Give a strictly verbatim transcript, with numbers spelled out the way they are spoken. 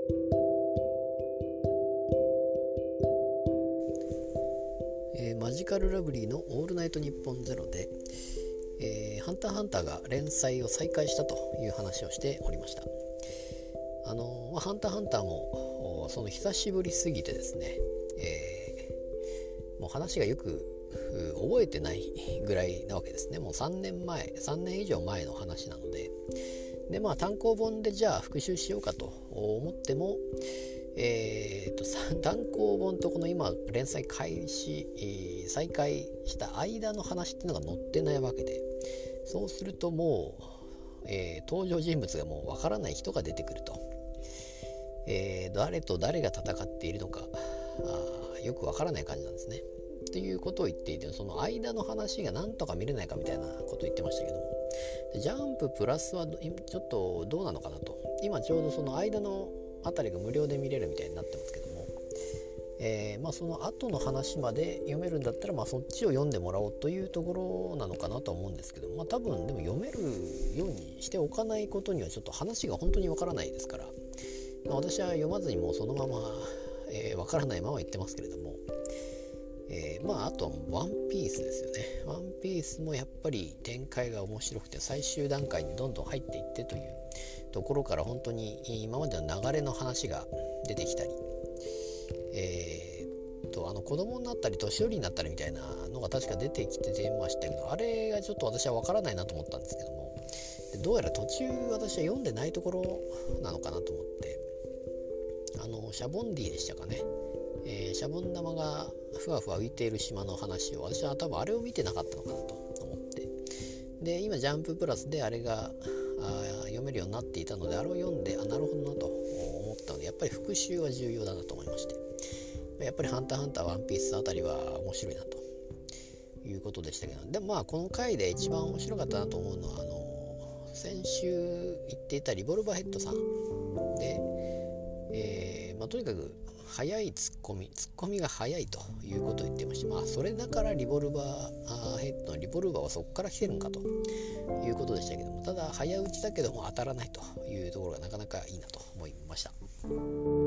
えーマジカルラブリーのオールナイトニッポンゼロで、えーハンターハンターが連載を再開したという話をしておりました。あのーまあ、ハンターハンターもその久しぶりすぎてですね、えーもう話がよく覚えてないぐらいなわけですね。もうさんねんまえさんねん以上前の話なので、でまあ単行本でじゃあ復習しようかと思っても、えー、と単行本とこの今連載開始、えー再開した間の話っていうのが載ってないわけで、そうするともう、えー登場人物がもうわからない人が出てくると、えー誰と誰が戦っているのかあよくわからない感じなんですね。っていうことを言っていて、その間の話がなんとか見れないかみたいなことを言ってましたけども、でジャンププラスはちょっとどうなのかなと。今ちょうどその間のあたりが無料で見れるみたいになってますけども、えーまあ、その後の話まで読めるんだったら、まあ、そっちを読んでもらおうというところなのかなと思うんですけど、まあ、多分でも読めるようにしておかないことにはちょっと話が本当にわからないですから、まあ、私は読まずにもうそのまま、えー、わからないまま言ってますけれども、えー、まああとはワンピースですよね。ワンピースもやっぱり展開が面白くて、最終段階にどんどん入っていってというところから本当に今までの流れの話が出てきたり、えー、とあの子供になったり年寄りになったりみたいなのが確か出てきて出ましたけど、あれがちょっと私は分からないなと思ったんですけども、どうやら途中私は読んでないところなのかなと思って、あのシャボンディでしたかね、えーシャボン玉がふわふわ浮いている島の話を、私は多分あれを見てなかったのかなと思って、で今ジャンププラスであれがあ読めるようになっていたので、あれを読んで、あなるほどなと思ったので、やっぱり復習は重要だなと思いまして、やっぱりハンターハンターワンピースあたりは面白いなということでしたけど、でもまあこの回で一番面白かったなと思うのは、あの先週言っていたリボルバーヘッドさんで、えーまあ、とにかく早いツッコミツッコミが早いということを言ってました。まあそれだからリボルバーヘッドのリボルバーはそこから来てるんかということでしたけども、ただ早打ちだけども当たらないというところがなかなかいいなと思いました。